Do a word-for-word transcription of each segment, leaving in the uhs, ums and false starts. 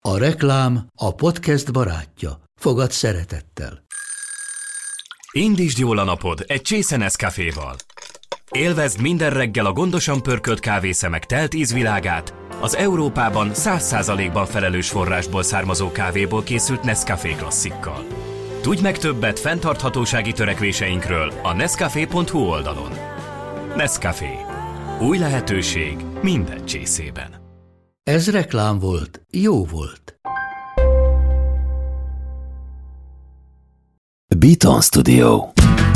A reklám a podcast barátja. Fogad szeretettel. Indítsd jól a napod egy csésze Nescaféval. Élvezd minden reggel a gondosan pörkölt kávészemek telt ízvilágát, az Európában száz százalékban felelős forrásból származó kávéból készült Nescafé klasszikkal. Tudj meg többet fenntarthatósági törekvéseinkről a nescafé pont hu oldalon. Nescafé. Új lehetőség minden csészében. Ez reklám volt, jó volt. Beaton Studio.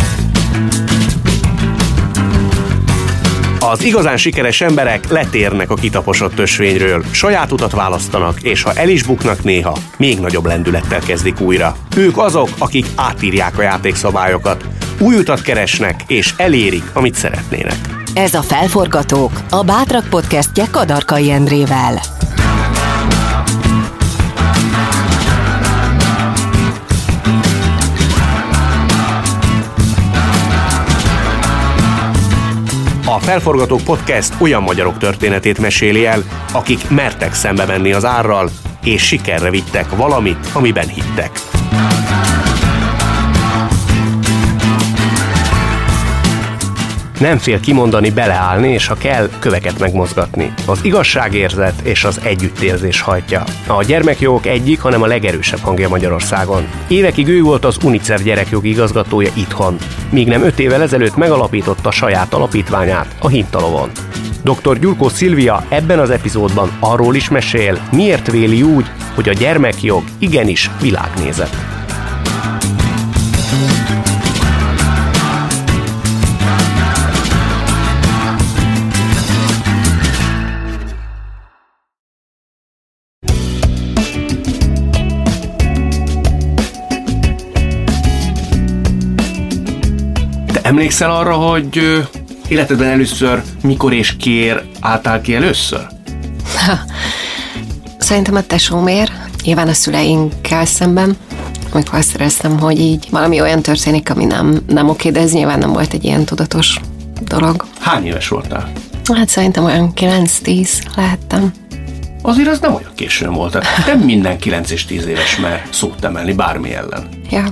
Az igazán sikeres emberek letérnek a kitaposott ösvényről, saját utat választanak, és ha el is buknak néha, még nagyobb lendülettel kezdik újra. Ők azok, akik átírják a játékszabályokat, új utat keresnek, és elérik, amit szeretnének. Ez a Felforgatók, a Bátrak podcastje Kadarkai Endrével. A Felforgatók podcast olyan magyarok történetét meséli el, akik mertek szembe menni az árral, és sikerre vittek valamit, amiben hittek. Nem fél kimondani, beleállni, és ha kell, köveket megmozgatni. Az igazságérzet és az együttérzés hajtja. A gyermekjogok egyik, hanem a legerősebb hangja Magyarországon. Évekig ő volt az UNICEF gyerekjogi igazgatója itthon, míg nem öt évvel ezelőtt megalapította saját alapítványát, a Hintalovon. doktor Gyurkó Szilvia ebben az epizódban arról is mesél, miért véli úgy, hogy a gyermekjog igenis világnézet. Emlékszel arra, hogy ö, életedben először mikor és kiért álltál ki először? Ha, szerintem a tesómér, nyilván a szüleinkkel szemben, amikor azt éreztem, hogy így valami olyan történik, ami nem, nem oké, de ez nyilván nem volt egy ilyen tudatos dolog. Hány éves voltál? Hát szerintem olyan kilenc-tíz lehettem. Azért az nem olyan későn volt. Nem minden kilenc és tíz éves mer szót emelni bármi ellen. Ja.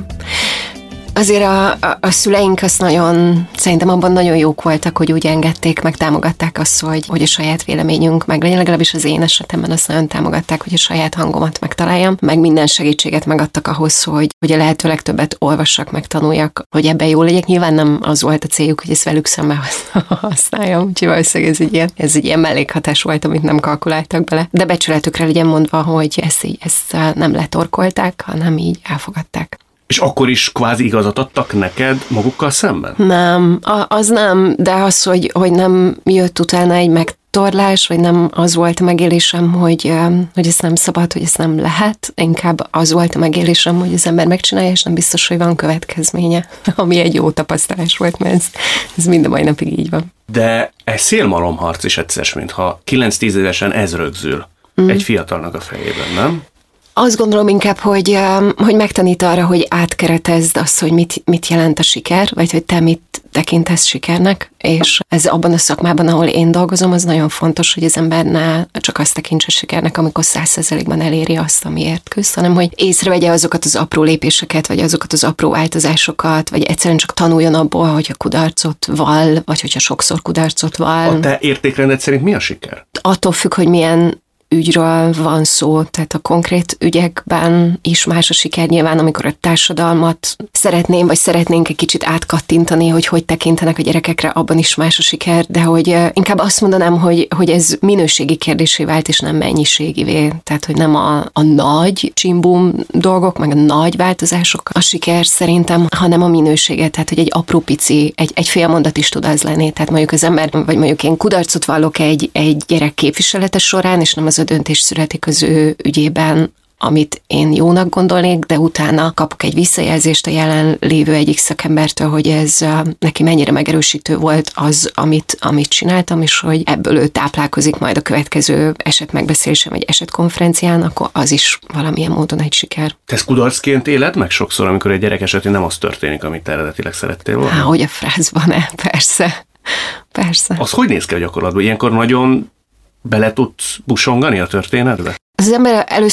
Azért a, a, a szüleink azt nagyon, szerintem abban nagyon jók voltak, hogy úgy engedték, meg támogatták azt, hogy, hogy a saját véleményünk meg legyen, legalábbis az én esetemben azt nagyon támogatták, hogy a saját hangomat megtaláljam, meg minden segítséget megadtak ahhoz, hogy, hogy a lehető legtöbbet olvassak, meg tanuljak, hogy ebben jó legyek. Nyilván nem az volt a céljuk, hogy ezt velük szemben használjam, úgyhogy valószínűleg ez egy ilyen, ez egy ilyen mellékhatás volt, amit nem kalkuláltak bele. De becsületükre legyen mondva, hogy ezt, így, ezt nem letorkolták, hanem így elfogadták. És akkor is kvázi igazat adtak neked magukkal szemben? Nem, az nem, de az, hogy, hogy nem jött utána egy megtorlás, vagy nem az volt a megélésem, hogy, hogy ezt nem szabad, hogy ezt nem lehet, inkább az volt a megélésem, hogy az ember megcsinálja, és nem biztos, hogy van következménye, ami egy jó tapasztalás volt, mert ez, ez mind a mai napig így van. De egy szélmalomharc is egyszer, mintha kilenc-tíz évesen ez rögzül mm. egy fiatalnak a fejében, nem? Azt gondolom inkább, hogy, hogy megtanít arra, hogy átkeretezd azt, hogy mit, mit jelent a siker, vagy hogy te mit tekintesz sikernek, és ez abban a szakmában, ahol én dolgozom, az nagyon fontos, hogy az ember ne csak azt tekintse sikernek, amikor száz százalékban eléri azt, amiért küzd, hanem hogy észrevegye azokat az apró lépéseket, vagy azokat az apró változásokat, vagy egyszerűen csak tanuljon abból, hogyha kudarcot val, vagy hogyha sokszor kudarcot val. A te értékrended szerint mi a siker? Attól függ, hogy milyen ügyről van szó, tehát a konkrét ügyekben is más a siker nyilván, amikor a társadalmat szeretném, vagy szeretnénk egy kicsit átkattintani, hogy hogy tekintenek a gyerekekre, abban is más a siker, de hogy inkább azt mondanám, hogy, hogy ez minőségi kérdésé vált, és nem mennyiségivé. Tehát, hogy nem a, a nagy csimbum dolgok, meg a nagy változások a siker szerintem, hanem a minőséget, tehát, hogy egy apró pici, egy, egy fél mondat is tud az lenni. Tehát mondjuk az ember, vagy mondjuk én kudarcot vallok egy, egy gyerek képviselete során, és nem az a döntés születik az ő ügyében, amit én jónak gondolnék, de utána kapok egy visszajelzést a jelenlévő egyik szakembertől, hogy ez neki mennyire megerősítő volt az, amit, amit csináltam, és hogy ebből ő táplálkozik majd a következő esetmegbeszélésen, vagy esetkonferencián, akkor az is valamilyen módon egy siker. Te ezt kudarcként éled meg sokszor, amikor egy gyerek esetén nem az történik, amit te eredetileg szerettél volna? Há, hogy a frázban-e? Persze. Persze. Az hogy néz ki a gyakorlatban? Ilyenkor nagyon bele tudsz busongani a történetbe? Az ember először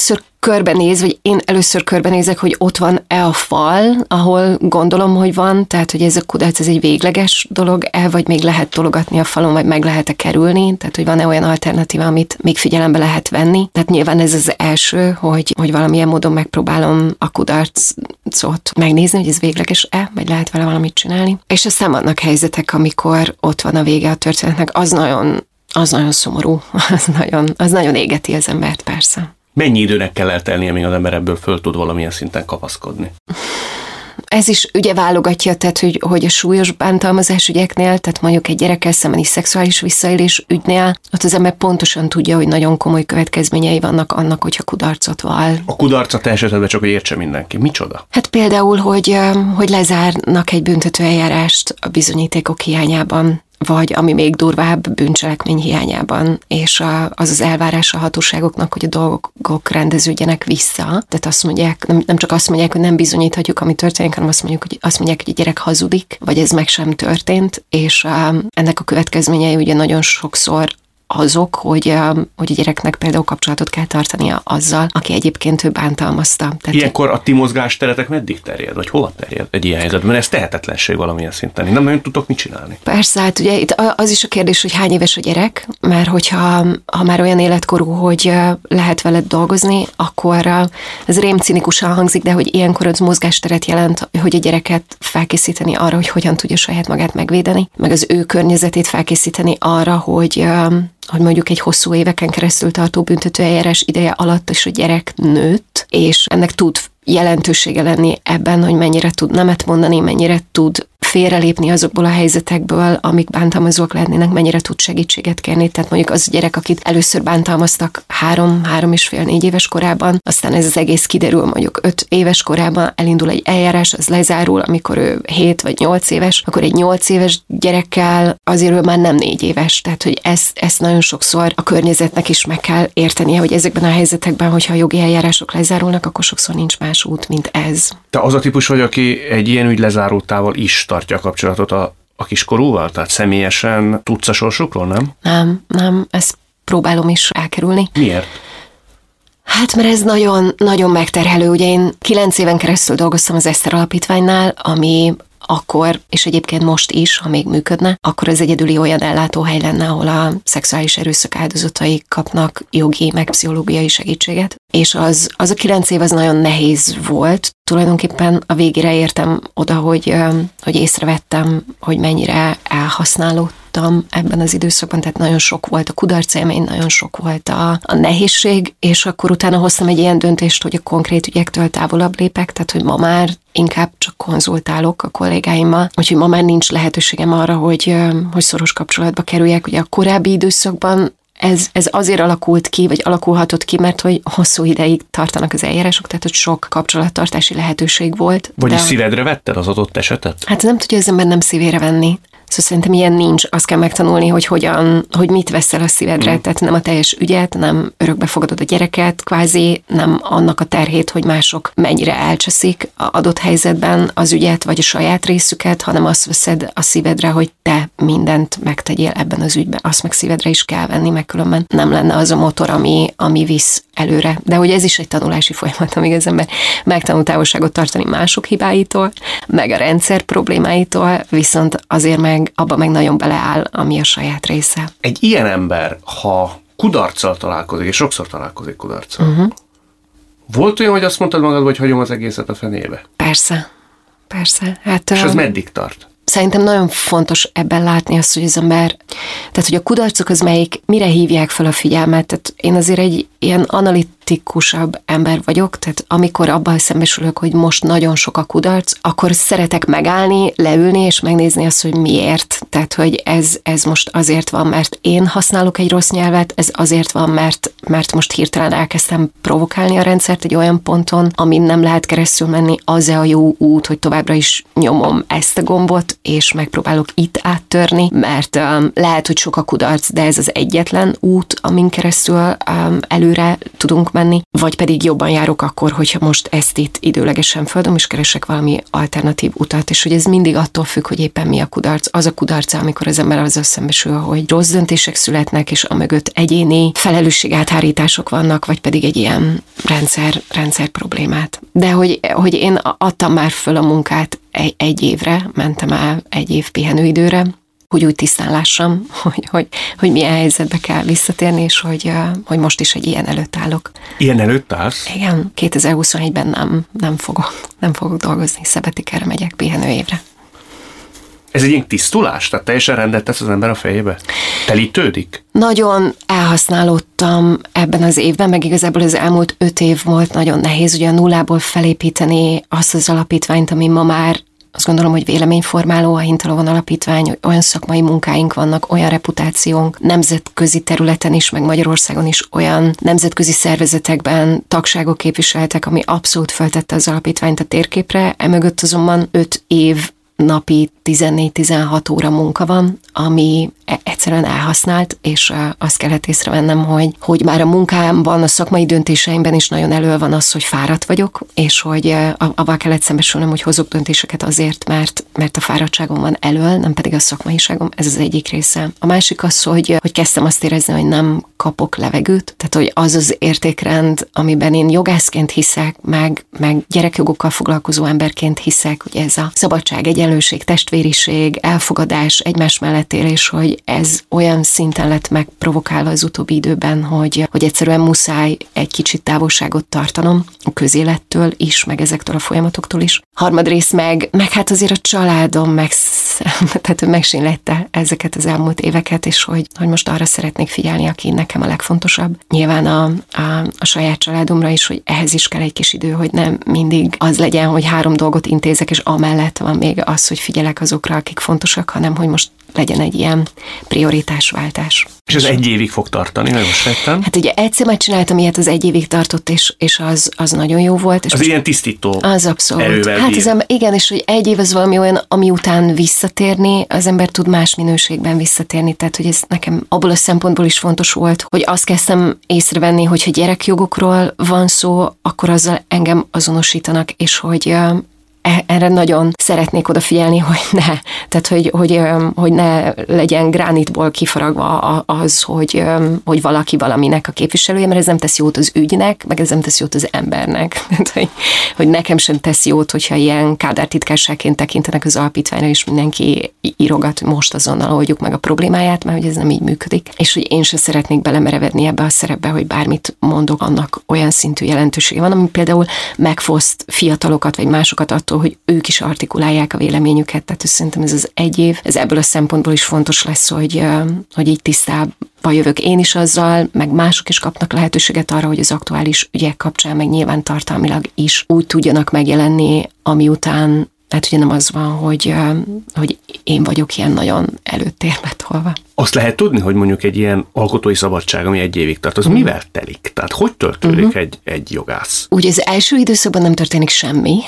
körbenéz, vagy én először körbenézek, hogy ott van-e a fal, ahol gondolom, hogy van, tehát hogy ez a kudarc, ez egy végleges dolog-e, vagy még lehet tologatni a falon, vagy meg lehet-e kerülni, tehát hogy van-e olyan alternatíva, amit még figyelembe lehet venni. Tehát nyilván ez az első, hogy, hogy valamilyen módon megpróbálom a kudarcot megnézni, hogy ez végleges-e, vagy lehet vele valamit csinálni. És aztán vannak helyzetek, amikor ott van a vége a történetnek, az nagyon, az nagyon szomorú, az nagyon, az nagyon égeti az embert, persze. Mennyi időnek kell eltelnie, míg az ember ebből föl tud valamilyen szinten kapaszkodni? Ez is ugye válogatja, tehát hogy, hogy a súlyos bántalmazás ügyeknél, tehát mondjuk egy gyerekkel szembeni szexuális visszaélés ügynél, ott az ember pontosan tudja, hogy nagyon komoly következményei vannak annak, hogyha kudarcot val. A kudarcot te esetben csak, hogy értse mindenki. Micsoda? Hát például, hogy, hogy lezárnak egy büntetőeljárást a bizonyítékok hiányában, vagy ami még durvább, bűncselekmény hiányában, és a, az az elvárás a hatóságoknak, hogy a dolgok rendeződjenek vissza. Tehát azt mondják, nem, nem csak azt mondják, hogy nem bizonyíthatjuk, ami történik, hanem azt mondjuk, hogy azt mondják, hogy a gyerek hazudik, vagy ez meg sem történt, és a, ennek a következményei ugye nagyon sokszor azok, hogy, hogy a gyereknek például kapcsolatot kell tartania azzal, aki egyébként ő bántalmazta. Tehát ilyenkor a ti mozgásteretek meddig terjed, vagy hova terjed egy ilyen helyzetben? Mert ez tehetetlenség valamilyen szinten. Nem nagyon tudtok mit csinálni. Persze, hát ugye itt az is a kérdés, hogy hány éves a gyerek, mert hogyha ha már olyan életkorú, hogy lehet veled dolgozni, akkor ez rém cinikusan hangzik, de hogy ilyenkor az mozgásteret jelent, hogy a gyereket felkészíteni arra, hogy hogyan tudja saját magát megvédeni, meg az ő környezetét felkészíteni arra, hogy hogy mondjuk egy hosszú éveken keresztül tartó büntetőeljárás ideje alatt is a gyerek nőtt, és ennek tud jelentősége lenni ebben, hogy mennyire tud nemet mondani, mennyire tud félrelépni azokból a helyzetekből, amik bántalmazók lennének, mennyire tud segítséget kérni. Tehát mondjuk az a gyerek, akit először bántalmaztak három, három és fél, négy éves korában, aztán ez az egész kiderül mondjuk öt éves korában, elindul egy eljárás, az lezárul, amikor ő hét vagy nyolc éves, akkor egy nyolc éves gyerekkel azért ő már nem négy éves. Tehát, hogy ezt, ezt nagyon sokszor a környezetnek is meg kell értenie, hogy ezekben a helyzetekben, hogyha a jogi eljárások lezárulnak, akkor sokszor nincs más út, mint ez. Te az a típus vagy, aki egy ilyen ügy lezárultával is tartja a kapcsolatot a, a kiskorúval? Tehát személyesen tudsz a sorsukról, nem? Nem, nem, ezt próbálom is elkerülni. Miért? Hát, mert ez nagyon, nagyon megterhelő. Ugye én kilenc éven keresztül dolgoztam az Eszter Alapítványnál, ami akkor, és egyébként most is, ha még működne, akkor az egyedüli olyan ellátóhely lenne, ahol a szexuális erőszak áldozatai kapnak jogi, meg pszichológiai segítséget. És az, az a kilenc év az nagyon nehéz volt. Tulajdonképpen a végére értem oda, hogy, hogy észrevettem, hogy mennyire elhasználódtam ebben az időszakban, tehát nagyon sok volt a kudarcélmény, nagyon sok volt a, a nehézség, és akkor utána hoztam egy ilyen döntést, hogy a konkrét ügyektől távolabb lépek, tehát hogy ma már inkább csak konzultálok a kollégáimmal, úgyhogy ma már nincs lehetőségem arra, hogy, hogy szoros kapcsolatba kerüljek. Ugye a korábbi időszakban Ez, ez azért alakult ki, vagy alakulhatott ki, mert hogy hosszú ideig tartanak az eljárások, tehát hogy sok kapcsolattartási lehetőség volt. Vagyis szívedre vetted az adott esetet? Hát nem tudja az ember nem szívére venni. Szóval szerintem ilyen nincs, azt kell megtanulni, hogy hogyan, hogy mit veszel a szívedre, mm. tehát nem a teljes ügyet, nem örökbe fogadod a gyereket, kvázi nem annak a terhét, hogy mások mennyire elcseszik a adott helyzetben az ügyet, vagy a saját részüket, hanem azt veszed a szívedre, hogy te mindent megtegyél ebben az ügyben. Azt meg szívedre is kell venni, meg különben nem lenne az a motor, ami, ami visz előre. De hogy ez is egy tanulási folyamat, amíg az ember megtanul távolságot tartani mások hibáitól, meg a rendszer problémáitól, viszont azért meg abba meg nagyon beleáll, ami a saját része. Egy ilyen ember, ha kudarccal találkozik, és sokszor találkozik kudarccal, uh-huh. volt olyan, hogy azt mondtad magad, hogy hagyom az egészet a fenébe? Persze, persze. Hát, és ez um, meddig tart? Szerintem nagyon fontos ebben látni azt, hogy az ember, tehát hogy a kudarcok az melyik, mire hívják fel a figyelmet. Tehát én azért egy ilyen analitikusabb ember vagyok, tehát amikor abban szembesülök, hogy most nagyon sok a kudarc, akkor szeretek megállni, leülni és megnézni azt, hogy miért. Tehát, hogy ez, ez most azért van, mert én használok egy rossz nyelvet, ez azért van, mert, mert most hirtelen elkezdtem provokálni a rendszert egy olyan ponton, amin nem lehet keresztül menni, az-e a jó út, hogy továbbra is nyomom ezt a gombot, és megpróbálok itt áttörni, mert um, lehet, hogy sok a kudarc, de ez az egyetlen út, amin keresztül um, előre tudunk menni, vagy pedig jobban járok akkor, hogyha most ezt itt időlegesen földöm, és keresek valami alternatív utat, és hogy ez mindig attól függ, hogy éppen mi a kudarc. Az a kudarca, amikor az ember azzal szembesül, hogy rossz döntések születnek, és amögött egyéni felelősségáthárítások vannak, vagy pedig egy ilyen rendszer, rendszer problémát. De hogy, hogy én adtam már föl a munkát egy, egy évre, mentem el egy év pihenőidőre, hogy úgy tisztán lássam, hogy, hogy, hogy milyen helyzetbe kell visszatérni, és hogy, hogy most is egy ilyen előtt állok. Ilyen előtt állsz? Igen, kétezer-huszonegyben nem, nem, fogok, nem fogok dolgozni, szabatikára megyek pihenőévre. Ez egy ilyen tisztulás? Tehát teljesen rendet tesz az ember a fejébe? Telítődik? Nagyon elhasználódtam ebben az évben, meg igazából az elmúlt öt év volt nagyon nehéz, ugye a nullából felépíteni azt az alapítványt, ami ma már azt gondolom, hogy véleményformáló a Hintalovon Alapítvány, hogy olyan szakmai munkáink vannak, olyan reputációnk, nemzetközi területen is, meg Magyarországon is olyan nemzetközi szervezetekben tagságok képviseltek, ami abszolút feltette az alapítványt a térképre. Emögött azonban öt év napi tizennégy-tizenhat óra munka van, ami egyszerűen elhasznált, és azt kellett észrevennem, hogy, hogy már a munkámban, a szakmai döntéseimben is nagyon elő van az, hogy fáradt vagyok, és hogy avval kellett szembesülnöm, hogy hozok döntéseket azért, mert, mert a fáradtságom van elől, nem pedig a szakmaiságom, ez az egyik része. A másik az, hogy, hogy kezdtem azt érezni, hogy nem kapok levegőt, tehát hogy az az értékrend, amiben én jogászként hiszek, meg, meg gyerekjogokkal foglalkozó emberként hiszek, hogy ez a szabadság, egyenlőség, testvériség, elfogadás, egymás mellett élés, hogy ez olyan szinten lett megprovokálva az utóbbi időben, hogy, hogy egyszerűen muszáj egy kicsit távolságot tartanom a közélettől is, meg ezektől a folyamatoktól is. Harmadrészt meg, meg hát azért a családom meg, tehát megsínlette ezeket az elmúlt éveket, és hogy, hogy most arra szeretnék figyelni, aki nekem a legfontosabb. Nyilván a, a, a saját családomra is, hogy ehhez is kell egy kis idő, hogy nem mindig az legyen, hogy három dolgot intézek, és amellett van még az, hogy figyelek azokra, akik fontosak, hanem hogy most legyen egy ilyen prioritásváltás. És ez egy évig fog tartani, nagyon settem. Hát ugye egyszer megcsináltam ilyet, az egy évig tartott, és, és az, az nagyon jó volt. És az ilyen tisztító az abszolút. erővel Hát bír. az ember, igen, és hogy egy év az valami olyan, ami után visszatérni, az ember tud más minőségben visszatérni, tehát hogy ez nekem abból a szempontból is fontos volt, hogy azt kezdtem észrevenni, hogy ha gyerekjogokról van szó, akkor azzal engem azonosítanak, és hogy erre nagyon szeretnék odafigyelni, hogy ne, tehát hogy, hogy, hogy ne legyen gránitból kifaragva az, hogy, hogy valaki valaminek a képviselője, mert ez nem tesz jót az ügynek, meg ez nem tesz jót az embernek. Tehát, hogy, hogy nekem sem tesz jót, hogyha ilyen kádártitkárságként tekintenek az alapítványra, és mindenki írogat, most azonnal oldjuk meg a problémáját, mert hogy ez nem így működik. És hogy én sem szeretnék belemerevedni ebbe a szerepbe, hogy bármit mondok, annak olyan szintű jelentősége van, ami például megfoszt fiatalokat, vagy másokat attól, hogy ők is artikulálják a véleményüket, tehát szerintem ez az egy év, ez ebből a szempontból is fontos lesz, hogy, hogy így tisztában jövök én is azzal, meg mások is kapnak lehetőséget arra, hogy az aktuális ügyek kapcsán, meg nyilván tartalmilag is úgy tudjanak megjelenni, ami után, hát ugye nem az van, hogy, hogy én vagyok ilyen nagyon előtérbe tolva. Azt lehet tudni, hogy mondjuk egy ilyen alkotói szabadság, ami egy évig tart, az mm. mivel telik? Tehát hogy töltődik mm-hmm. egy, egy jogász? Ugye az első időszakban nem történik semmi,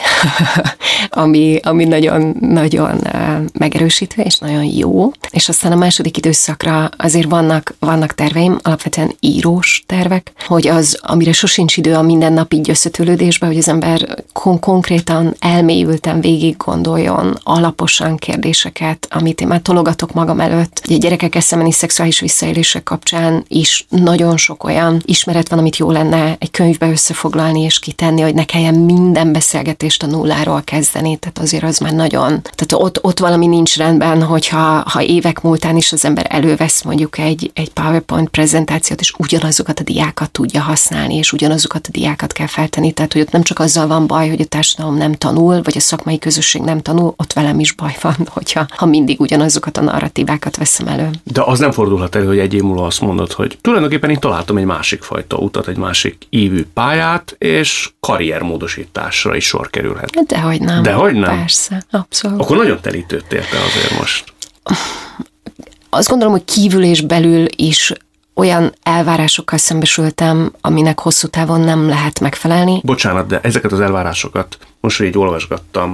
ami, ami nagyon, nagyon megerősítő és nagyon jó, és aztán a második időszakra azért vannak, vannak terveim, alapvetően írós tervek, hogy az, amire sosincs idő a mindennapi így összetőlődésbe, hogy az ember kon- konkrétan elmélyülten végig gondoljon alaposan kérdéseket, amit én már tologatok magam előtt. Ugye gyerekek szembeni szexuális visszaélések kapcsán is nagyon sok olyan ismeret van, amit jó lenne egy könyvbe összefoglalni és kitenni, hogy ne kelljen minden beszélgetést a nulláról kezdeni, tehát azért az már nagyon, tehát ott, ott valami nincs rendben, hogyha ha évek múltán is az ember elővesz mondjuk egy, egy PowerPoint prezentációt, és ugyanazokat a diákat tudja használni, és ugyanazokat a diákat kell feltenni, tehát hogy ott nem csak azzal van baj, hogy a társadalom nem tanul, vagy a szakmai közösség nem tanul, ott velem is baj van, hogyha ha mindig ugyanazokat a narratívákat veszem elő. De az nem fordulhat elő, hogy egy év múlva azt mondod, hogy tulajdonképpen én találtam egy másik fajta utat, egy másik ívű pályát, és karriermódosításra is sor kerülhet. Dehogy nem. Dehogy nem? Persze, abszolút. Akkor nagyon telítődtél te azért most. Azt gondolom, hogy kívül és belül is olyan elvárásokkal szembesültem, aminek hosszú távon nem lehet megfelelni. Bocsánat, de ezeket az elvárásokat most így olvasgattam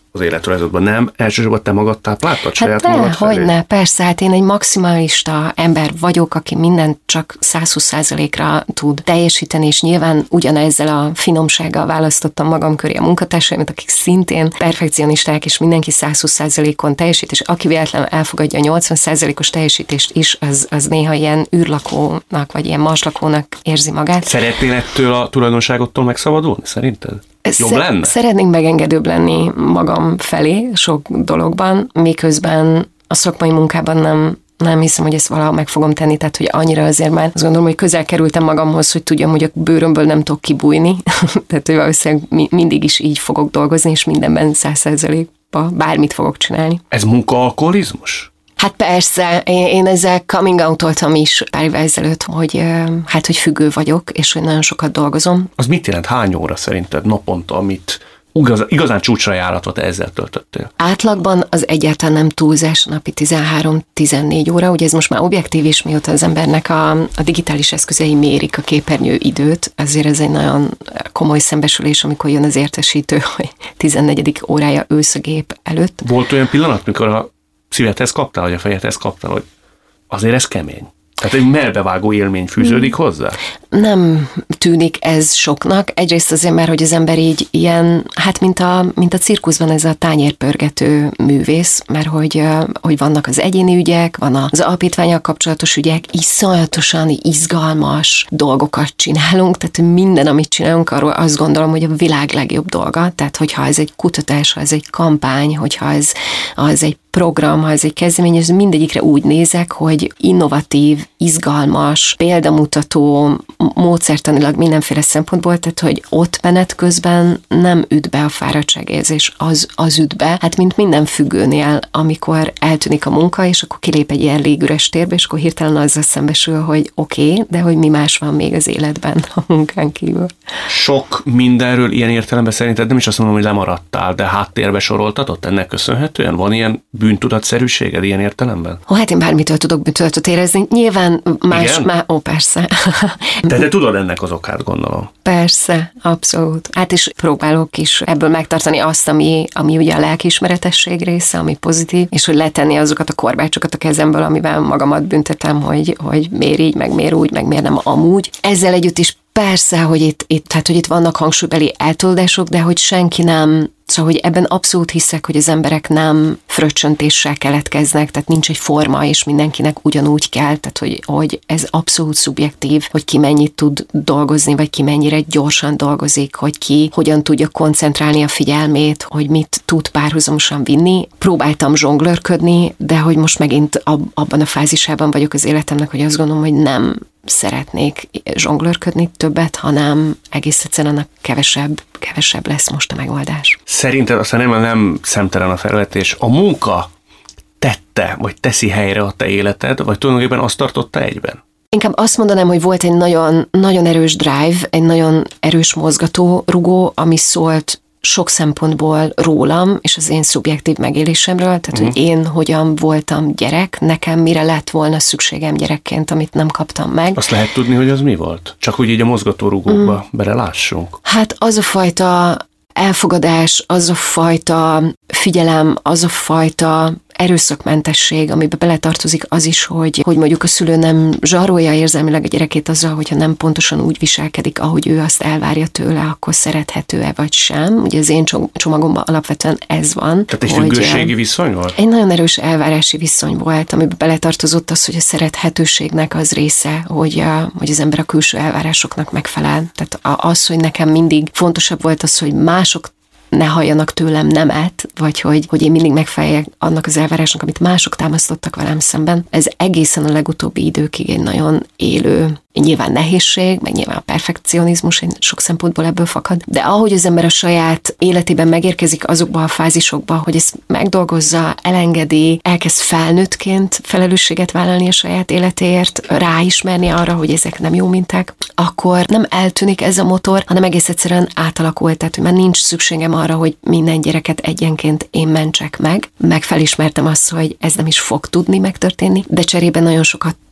az életrajzodban, nem? Elsősorban te magad tápláltad saját hát magad felé? Hogyne, persze, hát én egy maximalista ember vagyok, aki mindent csak száz húsz százalékra tud teljesíteni, és nyilván ugyanezzel a finomsággal választottam magam köré a munkatársaimat, akik szintén perfekcionisták, és mindenki száz húsz százalékon teljesít, és aki véletlenül elfogadja a nyolcvan százalékos teljesítést is, az, az néha ilyen űrlakónak, vagy ilyen marslakónak érzi magát. Szeretnél ettől a tulajdonságottól megszabadulni, szerinted? Jobb lenne? Szeretnénk megengedőbb lenni magam felé sok dologban, miközben a szakmai munkában nem, nem hiszem, hogy ezt valaha meg fogom tenni, tehát hogy annyira azért már azt gondolom, hogy közel kerültem magamhoz, hogy tudjam, hogy a bőrömből nem tudok kibújni, tehát hogy valószínűleg mindig is így fogok dolgozni, és mindenben száz százalékban bármit fogok csinálni. Ez munkaalkoholizmus? Hát persze, én, én ezzel coming out-oltam is pár évvel ezelőtt, hogy hát, hogy függő vagyok, és hogy nagyon sokat dolgozom. Az mit jelent? Hány óra szerinted naponta, amit igaz, igazán csúcsra járatot ezzel töltöttél? Átlagban az egyáltalán nem túlzás, napi tizenhárom-tizennégy óra, ugye ez most már objektív is, mióta az embernek a, a digitális eszközei mérik a képernyő időt, azért ez egy nagyon komoly szembesülés, amikor jön az értesítő, hogy tizennegyedik órája ősz a gép előtt. Volt olyan pillanat, mikor a szívedhez kaptál, vagy a fejedhez kaptál, hogy azért ez kemény. Tehát egy melbevágó élmény fűződik hozzá? Nem tűnik ez soknak. Egyrészt azért, mert hogy az ember így ilyen, hát mint a, mint a cirkuszban ez a tányérpörgető művész, mert hogy, hogy vannak az egyéni ügyek, van az alapítvánnyal kapcsolatos ügyek, iszonyatosan izgalmas dolgokat csinálunk, tehát minden, amit csinálunk, arról azt gondolom, hogy a világ legjobb dolga, tehát hogyha ez egy kutatás, ha ez egy kampány, hogyha ez, ha ez egy program, ha ez egy kezdeményezés, mindegyikre úgy nézek, hogy innovatív, izgalmas, példamutató, módszertanilag mindenféle szempontból, tehát hogy ott menet közben nem üt be a fáradtságérzés, az, az üt be, hát mint minden függőnél, amikor eltűnik a munka, és akkor kilép egy ilyen légüres térbe, és akkor hirtelen azzal szembesül, hogy oké, okay, de hogy mi más van még az életben a munkán kívül. Sok mindenről ilyen értelemben szerinted nem is azt mondom, hogy lemaradtál, de háttérbe soroltatott ennek köszönhetően? Van ilyen bűntudatszerűséged ilyen értelemben? Ó, hát én bármitől tudok bűntudatot érezni. Nyilván más, má, ó, persze. De te tudod ennek az okát, gondolom. Persze, abszolút. Hát is próbálok is ebből megtartani azt, ami, ami ugye a lelkiismeretesség része, ami pozitív, és hogy letenni azokat a korbácsokat a kezemből, amivel magamat büntetem, hogy, hogy miért így, meg miért úgy, meg miért nem amúgy. Ezzel együtt is persze, hogy itt, itt, tehát, hogy itt vannak hangsúlybeli eltoldások, de hogy senki nem, szóval, hogy ebben abszolút hiszek, hogy az emberek nem fröccsöntéssel keletkeznek, tehát nincs egy forma, és mindenkinek ugyanúgy kell, tehát hogy, hogy ez abszolút szubjektív, hogy ki mennyit tud dolgozni, vagy ki mennyire gyorsan dolgozik, hogy ki hogyan tudja koncentrálni a figyelmét, hogy mit tud párhuzamosan vinni. Próbáltam zsonglőrködni, de hogy most megint ab, abban a fázisában vagyok az életemnek, hogy azt gondolom, hogy nem szeretnék zsonglőrködni többet, hanem egész egyszerűen a kevesebb, kevesebb lesz most a megoldás. Szerinted aztán nem, nem szemtelen a felvetés. A munka tette, vagy teszi helyre a te életed, vagy tulajdonképpen azt tartotta egyben? Inkább azt mondanám, hogy volt egy nagyon, nagyon erős drive, egy nagyon erős mozgató rugó, ami szólt sok szempontból rólam, és az én szubjektív megélésemről, tehát, uh-huh. hogy én hogyan voltam gyerek, nekem mire lett volna szükségem gyerekként, amit nem kaptam meg. Azt lehet tudni, hogy az mi volt? Csak úgy így a mozgatórugókba mm. belelássunk. Hát az a fajta elfogadás, az a fajta figyelem, az a fajta erőszakmentesség, amiben beletartozik az is, hogy, hogy mondjuk a szülő nem zsarolja érzelmileg a gyerekét azzal, hogyha nem pontosan úgy viselkedik, ahogy ő azt elvárja tőle, akkor szerethető-e vagy sem. Ugye az én csomagomban alapvetően ez van. Tehát egy függőségi viszony volt? Egy nagyon erős elvárási viszony volt, amiben beletartozott az, hogy a szerethetőségnek az része, hogy, a, hogy az ember a külső elvárásoknak megfelel. Tehát az, hogy nekem mindig fontosabb volt az, hogy mások ne halljanak tőlem nemet, vagy hogy, hogy én mindig megfeleljek annak az elvárásnak, amit mások támasztottak velem szemben. Ez egészen a legutóbbi időkig egy nagyon élő, nyilván nehézség, meg nyilván a perfekcionizmus sok szempontból ebből fakad, de ahogy az ember a saját életében megérkezik azokba a fázisokba, hogy ezt megdolgozza, elengedi, elkezd felnőttként felelősséget vállalni a saját életéért, ráismerni arra, hogy ezek nem jó minták, akkor nem eltűnik ez a motor, hanem egész egyszerűen átalakul, tehát hogy már nincs szükségem arra, hogy minden gyereket egyenként én mentsek meg, meg felismertem azt, hogy ez nem is fog tudni megtörténni, de cserében nagyon sokat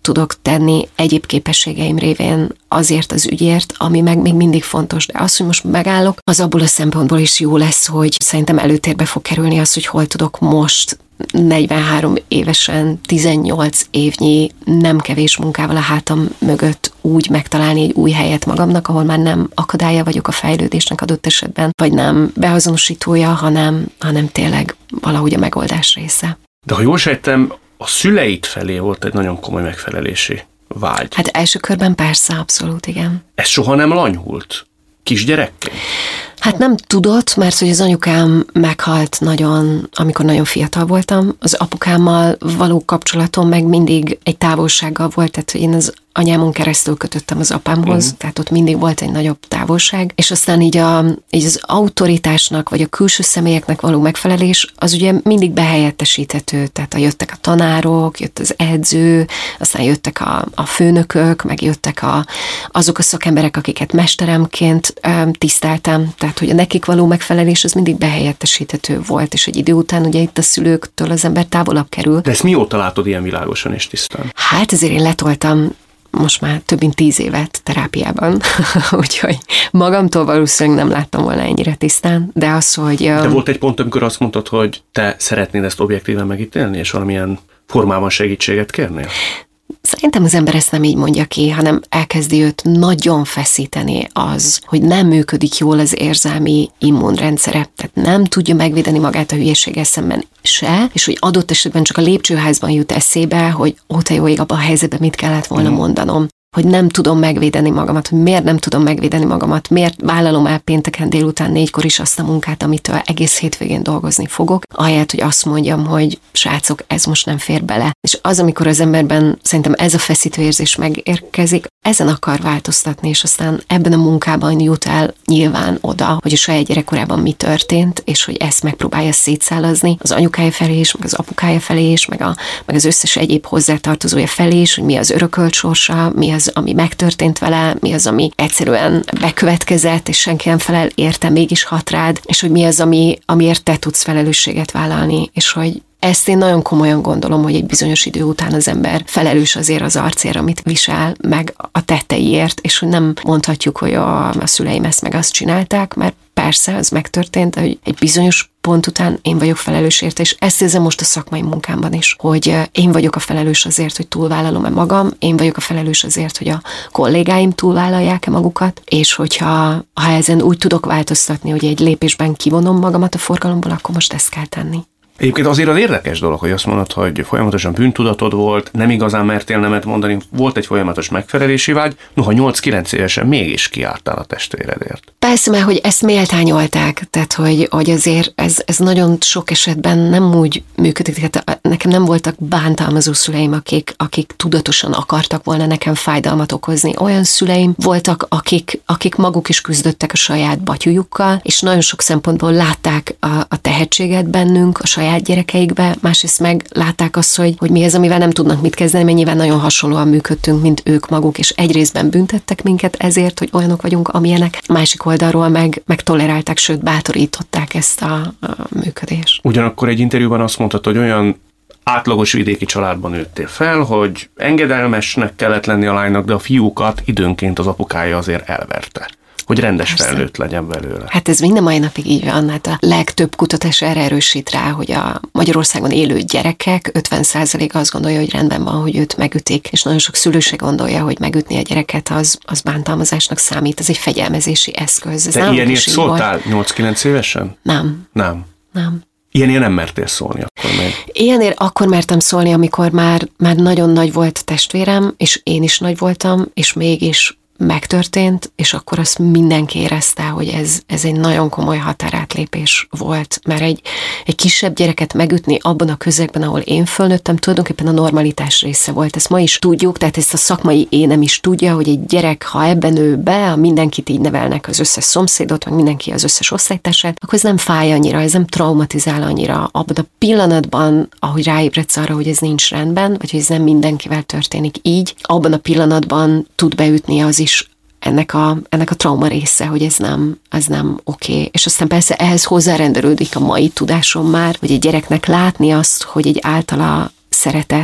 tudok tenni egyéb képességeim révén azért az ügyért, ami meg még mindig fontos. De az, hogy most megállok, az abból a szempontból is jó lesz, hogy szerintem előtérbe fog kerülni az, hogy hol tudok most negyvenhárom évesen, tizennyolc évnyi nem kevés munkával a hátam mögött úgy megtalálni egy új helyet magamnak, ahol már nem akadálya vagyok a fejlődésnek adott esetben, vagy nem beazonosítója, hanem, hanem tényleg valahogy a megoldás része. De ha jól sejtem, a szüleit felé volt egy nagyon komoly megfelelési vágy. Hát első körben persze, abszolút, igen. Ez soha nem lanyhult? Kisgyerekként? Hát nem tudott, mert hogy az anyukám meghalt nagyon, amikor nagyon fiatal voltam. Az apukámmal való kapcsolatom meg mindig egy távolsággal volt, tehát én az anyámon keresztül kötöttem az apámhoz, uh-huh. tehát ott mindig volt egy nagyobb távolság, és aztán így, a, így az autoritásnak, vagy a külső személyeknek való megfelelés, az ugye mindig behelyettesíthető, tehát a jöttek a tanárok, jött az edző, aztán jöttek a, a főnökök, meg jöttek a, azok a szakemberek, akiket mesteremként um, tiszteltem, tehát hogy a nekik való megfelelés az mindig behelyettesíthető volt, és egy idő után ugye itt a szülőktől az ember távolabb kerül. De ezt mióta látod ilyen világosan és tisztán? Hát ezért én letoltam most már több mint tíz évet terápiában, úgyhogy magamtól valószínűleg nem láttam volna ennyire tisztán, de az, hogy... De volt egy pont, amikor azt mondtad, hogy te szeretnéd ezt objektíven megítélni, és valamilyen formában segítséget kérnél? Szerintem az ember ezt nem így mondja ki, hanem elkezdi őt nagyon feszíteni az, hogy nem működik jól az érzelmi immunrendszere, tehát nem tudja megvédeni magát a hülyeséggel szemben se, és hogy adott esetben csak a lépcsőházban jut eszébe, hogy ó, te jó ég, abban a helyzetben mit kellett volna mondanom. Hogy nem tudom megvédeni magamat, hogy miért nem tudom megvédeni magamat, miért vállalom el pénteken délután négykor is azt a munkát, amitől egész hétvégén dolgozni fogok, ahelyett, hogy azt mondjam, hogy srácok, ez most nem fér bele. És az, amikor az emberben szerintem ez a feszítő érzés megérkezik, ezen akar változtatni, és aztán ebben a munkában jut el nyilván oda, hogy a saját gyerekkorában mi történt, és hogy ezt megpróbálja szétszálazni az anyukája felé is, meg az apukája felé is, meg, a, meg az összes egyéb hozzátartozója felé is, hogy mi az örökölt sorsa, mi az, ami megtörtént vele, mi az, ami egyszerűen bekövetkezett, és senki nem felel érte, mégis hat rád, és hogy mi az, ami, amiért te tudsz felelősséget vállalni, és hogy ezt én nagyon komolyan gondolom, hogy egy bizonyos idő után az ember felelős azért az arcért, amit visel, meg a tetteiért, és hogy nem mondhatjuk, hogy a, a szüleim ezt meg azt csinálták, mert persze, ez megtörtént, de hogy egy bizonyos pont után én vagyok felelős érte, és ezt érzem most a szakmai munkámban is, hogy én vagyok a felelős azért, hogy túlvállalom-e magam, én vagyok a felelős azért, hogy a kollégáim túlvállalják-e magukat, és hogyha ha ezen úgy tudok változtatni, hogy egy lépésben kivonom magamat a forgalomból, akkor most ezt kell tenni. Egyébként azért az érdekes dolog, hogy azt mondod, hogy folyamatosan bűntudatod volt, nem igazán mertél nemet mondani, volt egy folyamatos megfelelési vágy, noha nyolc-kilenc évesen mégis kiálltál a testvéredért. Persze, mert hogy ezt méltányolták, tehát hogy, hogy azért ez, ez nagyon sok esetben nem úgy működik, tehát nekem nem voltak bántalmazó szüleim, akik, akik tudatosan akartak volna nekem fájdalmat okozni. Olyan szüleim voltak, akik, akik maguk is küzdöttek a saját batyujukkal, és nagyon sok szempontból látták a, a tehetséget bennünk, a saját gyerekeikbe, másrészt meg látták azt, hogy, hogy mi ez, amivel nem tudnak mit kezdeni, mert nyilván nagyon hasonlóan működtünk, mint ők maguk, és egy részben büntettek minket ezért, hogy olyanok vagyunk, amilyenek. Másik oldalról meg, meg tolerálták, sőt bátorították ezt a, a működést. Ugyanakkor egy interjúban azt mondtad, hogy olyan átlagos vidéki családban nőttél fel, hogy engedelmesnek kellett lenni a lánynak, de a fiúkat időnként az apukája azért elverte, hogy rendes Persze. felnőtt legyen belőle. Hát ez minden mai napig így van, hát a legtöbb kutatás erre erősít rá, hogy a Magyarországon élő gyerekek ötven százaléka azt gondolja, hogy rendben van, hogy őt megütik, és nagyon sok szülő se gondolja, hogy megütni a gyereket az, az bántalmazásnak számít, ez egy fegyelmezési eszköz. Ez De ilyenért szóltál nyolc-kilenc évesen? Nem. Nem. Nem. Ilyenért nem mertél szólni akkor még? Ilyenért akkor mertem szólni, amikor már, már nagyon nagy volt a testvérem, és én is nagy voltam, és mégis megtörtént, és akkor azt mindenki érezte, hogy ez, ez egy nagyon komoly határátlépés volt, mert egy, egy kisebb gyereket megütni abban a közegben, ahol én fölnőttem, tulajdonképpen a normalitás része volt. Ezt ma is tudjuk, tehát ezt a szakmai énem is tudja, hogy egy gyerek, ha ebben nő be, mindenkit így nevelnek, az összes szomszédot, meg mindenki az összes osztálytársát, akkor ez nem fáj annyira, ez nem traumatizál annyira. Abban a pillanatban, ahogy ráébredsz arra, hogy ez nincs rendben, vagy hogy ez nem mindenkivel történik így, abban a pillanatban tud beütni az is ennek a, ennek a trauma része, hogy ez nem, ez nem oké. Okay. És aztán persze ehhez hozzárendelődik a mai tudásom már, hogy egy gyereknek látni azt, hogy egy általa szeretett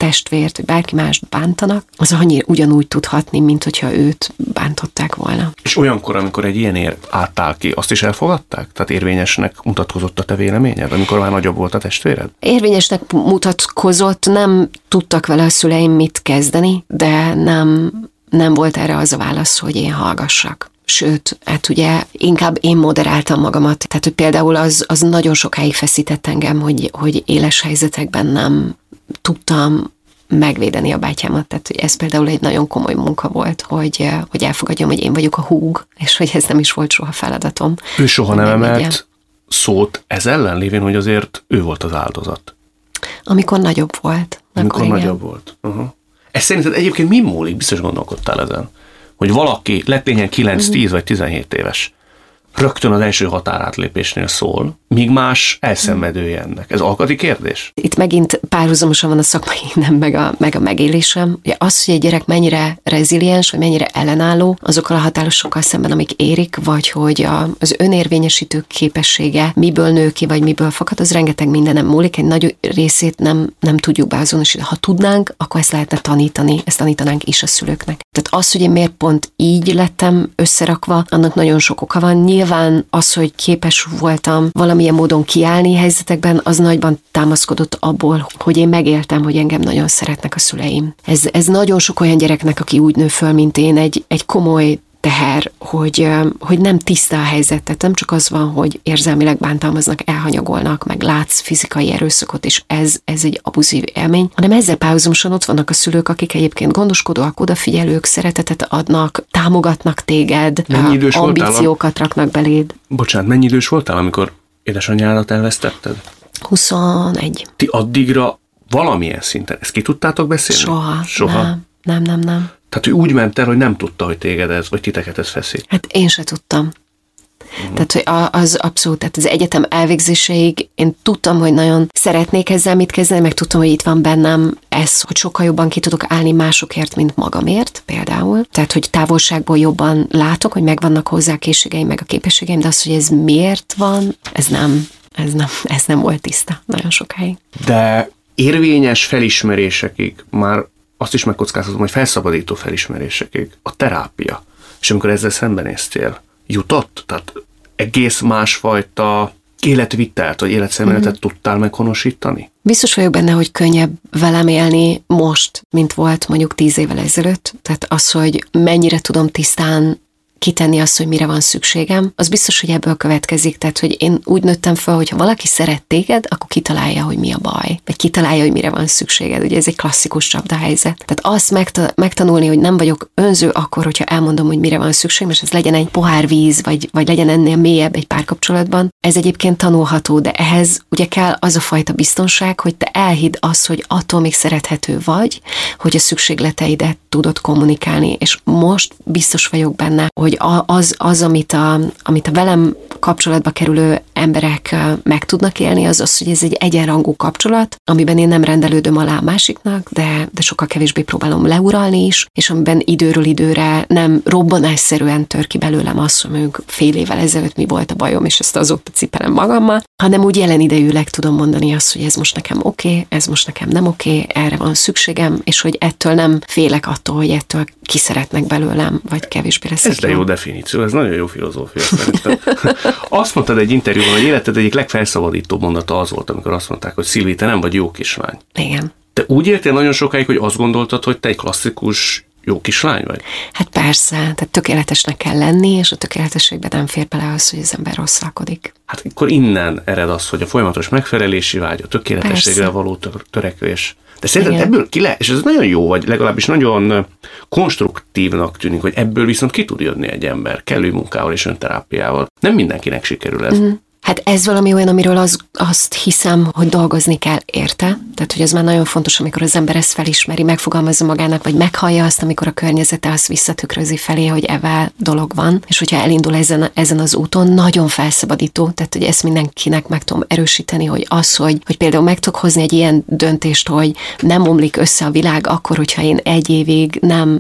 testvért, vagy bárki mást bántanak, az annyi ugyanúgy tud hatni, mint hogyha őt bántották volna. És olyankor, amikor egy ilyen ér átáll ki, azt is elfogadták? Tehát érvényesnek mutatkozott a te véleményed, amikor már nagyobb volt a testvéred? Érvényesnek mutatkozott, nem tudtak vele a szüleim mit kezdeni, de nem, nem volt erre az a válasz, hogy én hallgassak. Sőt, hát ugye inkább én moderáltam magamat. Tehát, hogy például az, az nagyon sokáig feszített engem, hogy, hogy éles helyzetekben nem tudtam megvédeni a bátyámat. Tehát, hogy ez például egy nagyon komoly munka volt, hogy, hogy elfogadjam, hogy én vagyok a húg, és hogy ez nem is volt soha feladatom. Ő soha nem emelt szót ez ellen, lévén, hogy azért ő volt az áldozat. Amikor nagyobb volt. Amikor nagyobb volt. Uh-huh. Ez szerinted egyébként mi múlik? Biztos gondolkodtál ezen. Hogy valaki lett lényen kilenc, tíz vagy tizenhét éves, rögtön az első határátlépésnél szól, míg más elszenvedője ennek. Ez alkati kérdés? Itt megint párhuzamosan van a szakmai nem, meg a, meg a megélésem. Ugye az, hogy egy gyerek mennyire reziliens, vagy mennyire ellenálló azokkal a határosokkal szemben, amik érik, vagy hogy a, az önérvényesítő képessége miből nő ki, vagy miből fakad, az rengeteg mindenem múlik. Egy nagy részét nem, nem tudjuk beazonosítani. Ha tudnánk, akkor ezt lehetne tanítani, ezt tanítanánk is a szülőknek. Tehát az, hogy én miért pont így lettem összerakva, annak nagyon sok oka van. Nyilván az, hogy képes voltam valamilyen módon kiállni helyzetekben, az nagyban támaszkodott abból, hogy én megéltem, hogy engem nagyon szeretnek a szüleim. Ez, ez nagyon sok olyan gyereknek, aki úgy nő föl, mint én, egy, egy komoly teher, hogy, hogy nem tiszta a helyzet, tehát nem csak az van, hogy érzelmileg bántalmaznak, elhanyagolnak, meg látsz fizikai erőszakot, és ez, ez egy abuzív élmény, hanem ezzel párhuzamosan ott vannak a szülők, akik egyébként gondoskodóak, odafigyelők, szeretetet adnak, támogatnak téged, ambíciókat raknak beléd. Bocsánat, mennyi idős voltál, amikor édesanyádat elvesztetted? huszonegy. Ti addigra valamilyen szinten, ezt ki tudtátok beszélni? Soha. Soha? Nem, nem, nem. nem. Tehát ő úgy ment el, hogy nem tudta, hogy téged ez, vagy titeket ez feszít. Hát én se tudtam. Uh-huh. Tehát, hogy az abszolút, tehát az egyetem elvégzéseig én tudtam, hogy nagyon szeretnék ezzel mit kezdeni, meg tudtam, hogy itt van bennem ez, hogy sokkal jobban ki tudok állni másokért, mint magamért például. Tehát, hogy távolságból jobban látok, hogy megvannak hozzá a készségeim, meg a képességeim, de az, hogy ez miért van, ez nem, ez nem, ez nem volt tiszta nagyon sokáig. De érvényes felismerésekig már azt is megkockáztatom, hogy felszabadító felismerésekig a terápia. És amikor ezzel szembenéztél, jutott? Tehát egész másfajta életvitelt, vagy életszemléletet uh-huh. tudtál meghonosítani? Biztos vagyok benne, hogy könnyebb velem élni most, mint volt mondjuk tíz évvel ezelőtt. Tehát az, hogy mennyire tudom tisztán kitenni azt, hogy mire van szükségem, az biztos, hogy ebből következik. Tehát, hogy én úgy nőttem fel, hogy ha valaki szeret téged, akkor kitalálja, hogy mi a baj. Vagy kitalálja, hogy mire van szükséged. Ugye ez egy klasszikus csapdahelyzet. Tehát azt megta- megtanulni, hogy nem vagyok önző akkor, hogyha elmondom, hogy mire van szükségem, és ez legyen egy pohár víz, vagy, vagy legyen ennél mélyebb egy párkapcsolatban. Ez egyébként tanulható, de ehhez ugye kell az a fajta biztonság, hogy te elhidd azt, hogy attól még szerethető vagy, hogy a szükségleteidet tudod kommunikálni. És most biztos vagyok benne, hogy az, az amit, a, amit a velem kapcsolatba kerülő emberek meg tudnak élni, az az, hogy ez egy egyenrangú kapcsolat, amiben én nem rendelődöm alá a másiknak, de, de sokkal kevésbé próbálom leuralni is, és amiben időről időre nem robbanásszerűen tör ki belőlem azt, hogy mondjuk fél évvel ezelőtt mi volt a bajom, és ezt azóta cipelem magammal, hanem úgy jelen idejűleg tudom mondani azt, hogy ez most nekem oké, okay, ez most nekem nem oké, okay, erre van szükségem, és hogy ettől nem félek attól, hogy ettől kiszeretnek belőlem, vagy kevésbé lesz. Ez de jó definíció, ez nagyon jó filozófia szerintem. Azt mondtad egy interjúban, hogy életed egyik legfelszabadítóbb mondata az volt, amikor azt mondták, hogy Szilvi, te nem vagy jó kislány. Igen. Te úgy éltél nagyon sokáig, hogy azt gondoltad, hogy te egy klasszikus jó kislány vagy? Hát persze, tehát tökéletesnek kell lenni, és a tökéletességben nem fér bele az, hogy az ember rosszalkodik. Hát akkor innen ered az, hogy a folyamatos megfelelési vágy, a tökéletességre persze. való törekvés. De szerinted igen. ebből ki lehet, és ez nagyon jó, vagy legalábbis nagyon konstruktívnak tűnik, hogy ebből viszont ki tud jönni egy ember kellő munkával és önterápiával. Nem mindenkinek sikerül ez. Mm. Hát ez valami olyan, amiről az, azt hiszem, hogy dolgozni kell érte. Tehát, hogy ez már nagyon fontos, amikor az ember ezt felismeri, megfogalmazza magának, vagy meghallja azt, amikor a környezete azt visszatükrözi felé, hogy evel dolog van. És hogyha elindul ezen, ezen az úton, nagyon felszabadító. Tehát, hogy ezt mindenkinek meg tudom erősíteni, hogy az, hogy, hogy például meg tudok hozni egy ilyen döntést, hogy nem omlik össze a világ akkor, hogyha én egy évig nem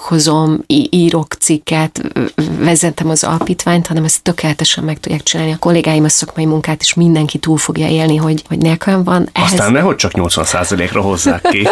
nyilatkozom, írok cikket, vezetem az alapítványt, hanem ezt tökéletesen meg tudják csinálni, akkor kollégáim a szakmai munkát, és mindenki túl fogja élni, hogy, hogy nélkülem van. Ehhez... Aztán nehogy csak nyolcvan százalékra hozzák ki.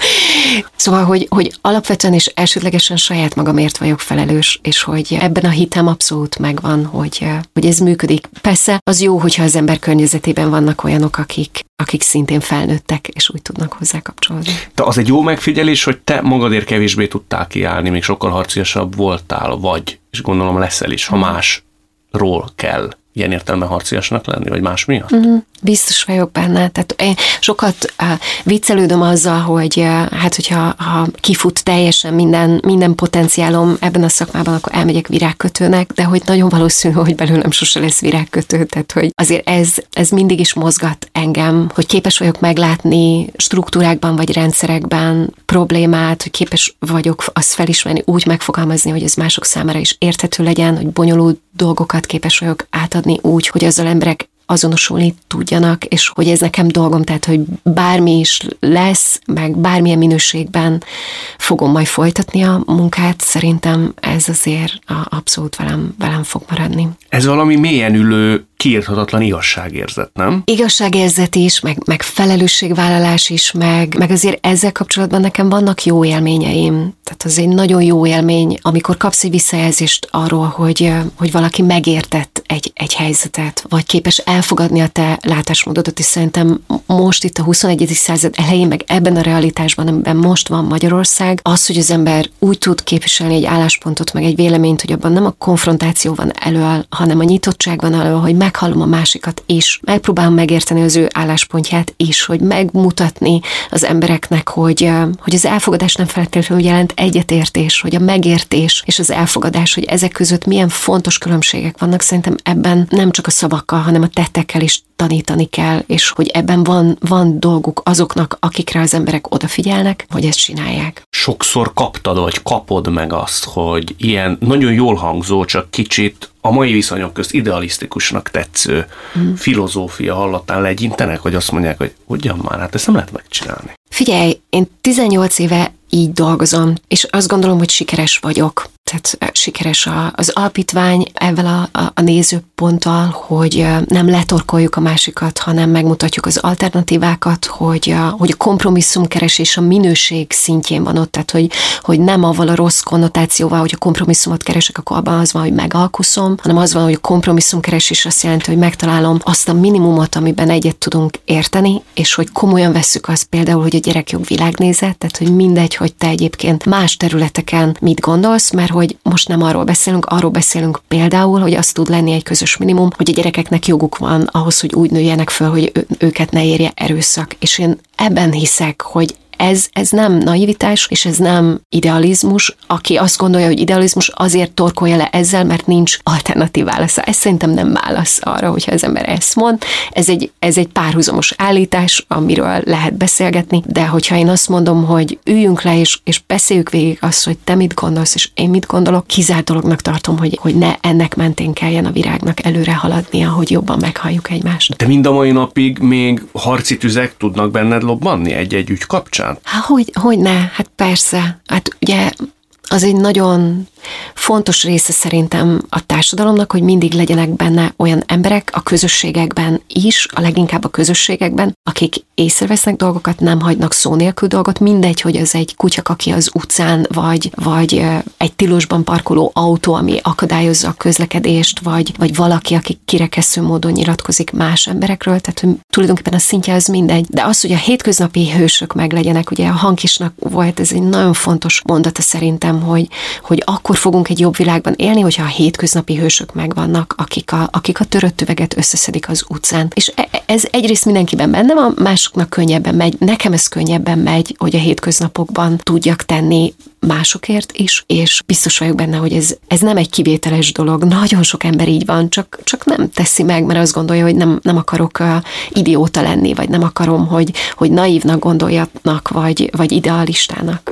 Szóval, hogy, hogy alapvetően és elsődlegesen saját magamért vagyok felelős, és hogy ebben a hitem abszolút megvan, hogy, hogy ez működik. Persze az jó, hogyha az ember környezetében vannak olyanok, akik, akik szintén felnőttek, és úgy tudnak hozzá kapcsolódni. De az egy jó megfigyelés, hogy te magadért kevésbé tudtál kiállni, még sokkal harciasabb voltál, vagy, és gondolom leszel is, ha másról kell ilyen értelemben harciasnak lenni, vagy más miatt? Mm-hmm. Biztos vagyok benne. Tehát én sokat uh, viccelődöm azzal, hogy uh, hát, hogyha ha kifut teljesen minden, minden potenciálom ebben a szakmában, akkor elmegyek virágkötőnek, de hogy nagyon valószínű, hogy belőlem sose lesz virágkötő. Tehát, hogy azért ez, ez mindig is mozgat engem, hogy képes vagyok meglátni struktúrákban vagy rendszerekben problémát, hogy képes vagyok azt felismerni, úgy megfogalmazni, hogy ez mások számára is érthető legyen, hogy bonyolult dolgokat képes vagyok átadni úgy, hogy azzal emberek azonosulni tudjanak, és hogy ez nekem dolgom, tehát, hogy bármi is lesz, meg bármilyen minőségben fogom majd folytatni a munkát, szerintem ez azért abszolút velem, velem fog maradni. Ez valami mélyen ülő, kiírthatatlan igazságérzet, nem? Igazságérzet is, meg, meg felelősségvállalás is, meg, meg azért ezzel kapcsolatban nekem vannak jó élményeim. Tehát az egy nagyon jó élmény, amikor kapsz egy visszajelzést arról, hogy, hogy valaki megértett egy, egy helyzetet, vagy képes elfogadni a te látásmódodat, és szerintem most itt a huszonegyedik század elején, meg ebben a realitásban, amiben most van Magyarország, az, hogy az ember úgy tud képviselni egy álláspontot, meg egy véleményt, hogy abban nem a konfrontáció van elől, hanem a nyitottság van elől, hogy meghallom a másikat is, megpróbálom megérteni az ő álláspontját is, hogy megmutatni az embereknek, hogy, hogy az elfogadás nem feltétlenül jelent egyetértés, hogy a megértés és az elfogadás, hogy ezek között milyen fontos különbségek vannak, szerintem ebben nem csak a szavakkal, hanem a tettekkel is tanítani kell, és hogy ebben van, van dolguk azoknak, akikre az emberek odafigyelnek, hogy ezt csinálják. Sokszor kaptad, vagy kapod meg azt, hogy ilyen nagyon jól hangzó, csak kicsit a mai viszonyok közt idealisztikusnak tetsző mm. filozófia hallatán legyintenek, hogy azt mondják, hogy ugyan már, hát ezt nem lehet megcsinálni. Figyelj, én tizennyolc éve így dolgozom, és azt gondolom, hogy sikeres vagyok. Tehát sikeres a, az alapítvány ezzel a, a, a nézőponttal, hogy nem letorkoljuk a másikat, hanem megmutatjuk az alternatívákat, hogy a, hogy a kompromisszumkeresés a minőség szintjén van ott, tehát hogy, hogy nem avval a rossz konnotációval, hogy a kompromisszumot keresek, akkor abban az van, hogy megalkuszom, hanem az van, hogy a kompromisszumkeresés azt jelenti, hogy megtalálom azt a minimumot, amiben egyet tudunk érteni, és hogy komolyan vesszük azt például, hogy a gyerekjog világnézet, tehát hogy mindegy, hogy te egyébként más területeken mit gondolsz, mert hogy most nem arról beszélünk, arról beszélünk például, hogy az tud lenni egy közös minimum, hogy a gyerekeknek joguk van ahhoz, hogy úgy nőjenek föl, hogy ő, őket ne érje erőszak. És én ebben hiszek, hogy Ez, ez nem naivitás, és ez nem idealizmus. Aki azt gondolja, hogy idealizmus, azért torkolja le ezzel, mert nincs alternatív válasza. Ez szerintem nem válasz arra, hogyha az ember ezt mond. Ez egy, ez egy párhuzamos állítás, amiről lehet beszélgetni, de hogyha én azt mondom, hogy üljünk le, és, és beszéljük végig azt, hogy te mit gondolsz, és én mit gondolok, kizárt dolognak tartom, hogy, hogy ne ennek mentén kelljen a virágnak előre haladnia, hogy jobban meghalljuk egymást. De mind a mai napig még harci tüzek tudnak benned lobbanni egy-egy ügy kapcsán? Há, hogy, hogy ne? Hát persze. Hát ugye az egy nagyon fontos része szerintem a társadalomnak, hogy mindig legyenek benne olyan emberek a közösségekben is, a leginkább a közösségekben, akik észrevesznek dolgokat, nem hagynak szó nélkül dolgot, mindegy, hogy az egy kutyakaki az utcán, vagy, vagy egy tilosban parkoló autó, ami akadályozza a közlekedést, vagy, vagy valaki, aki kirekesztő módon nyilatkozik más emberekről, tehát hogy tulajdonképpen a szintje az mindegy. De az, hogy a hétköznapi hősök meglegyenek, ugye a Hankisnak volt ez egy nagyon fontos mondata szerintem, hogy, hogy akkor fogunk egy jobb világban élni, hogyha a hétköznapi hősök megvannak, akik a, akik a törött üveget összeszedik az utcán. És ez egyrészt mindenkiben benne van, másoknak könnyebben megy, nekem ez könnyebben megy, hogy a hétköznapokban tudjak tenni másokért is, és biztos vagyok benne, hogy ez, ez nem egy kivételes dolog. Nagyon sok ember így van, csak, csak nem teszi meg, mert azt gondolja, hogy nem, nem akarok uh, idióta lenni, vagy nem akarom, hogy, hogy naívnak gondoljanak, vagy, vagy idealistának.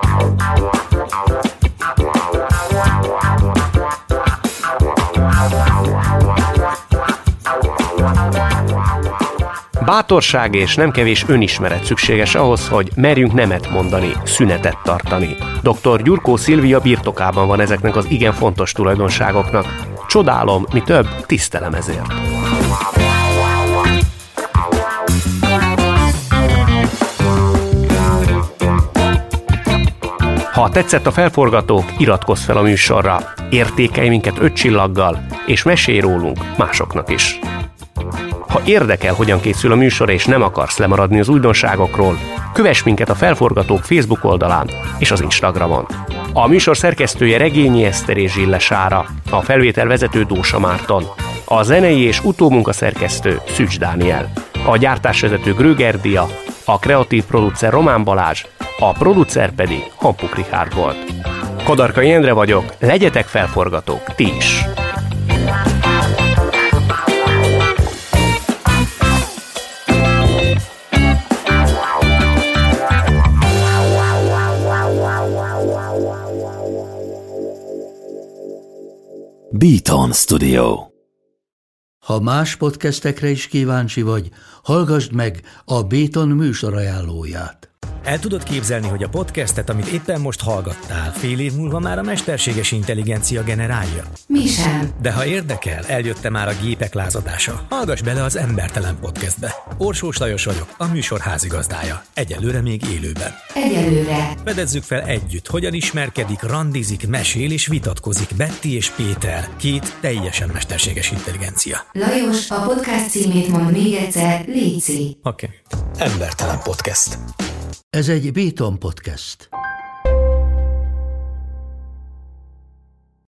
Bátorság és nem kevés önismeret szükséges ahhoz, hogy merjünk nemet mondani, szünetet tartani. doktor Gyurkó Szilvia birtokában van ezeknek az igen fontos tulajdonságoknak. Csodálom, mi több, tisztelem ezért. Ha tetszett a Felforgatók, iratkozz fel a műsorra, értékelj minket öt csillaggal, és mesélj rólunk másoknak is. Ha érdekel, hogyan készül a műsor, és nem akarsz lemaradni az újdonságokról, kövess minket a Felforgatók Facebook oldalán és az Instagramon. A műsor szerkesztője Regényi Eszter és Zsille Sára, a felvételvezető Dósa Márton, a zenei és utómunkaszerkesztő Szűcs Dániel, a gyártásvezető Gröger Dia, a kreatív producer Román Balázs, a producer pedig Hampuk Richárd volt. Kadarkai Endre vagyok, legyetek felforgatók ti is! Beaton Studio. Ha más podcastekre is kíváncsi vagy, hallgassd meg a Beaton műsor ajánlóját. El tudod képzelni, hogy a podcastet, amit éppen most hallgattál, fél év múlva már a mesterséges intelligencia generálja? Mi sem. De ha érdekel, eljött már a gépek lázadása. Hallgass bele az Embertelen Podcastbe. Orsós Lajos vagyok, a műsor házigazdája. Egyelőre még élőben. Egyelőre. Fedezzük fel együtt, hogyan ismerkedik, randizik, mesél és vitatkozik Betty és Péter, két teljesen mesterséges intelligencia. Lajos, a podcast címét mond még egyszer, léci. Oké. Okay. Embertelen Podcast. Ez egy Beaton Podcast.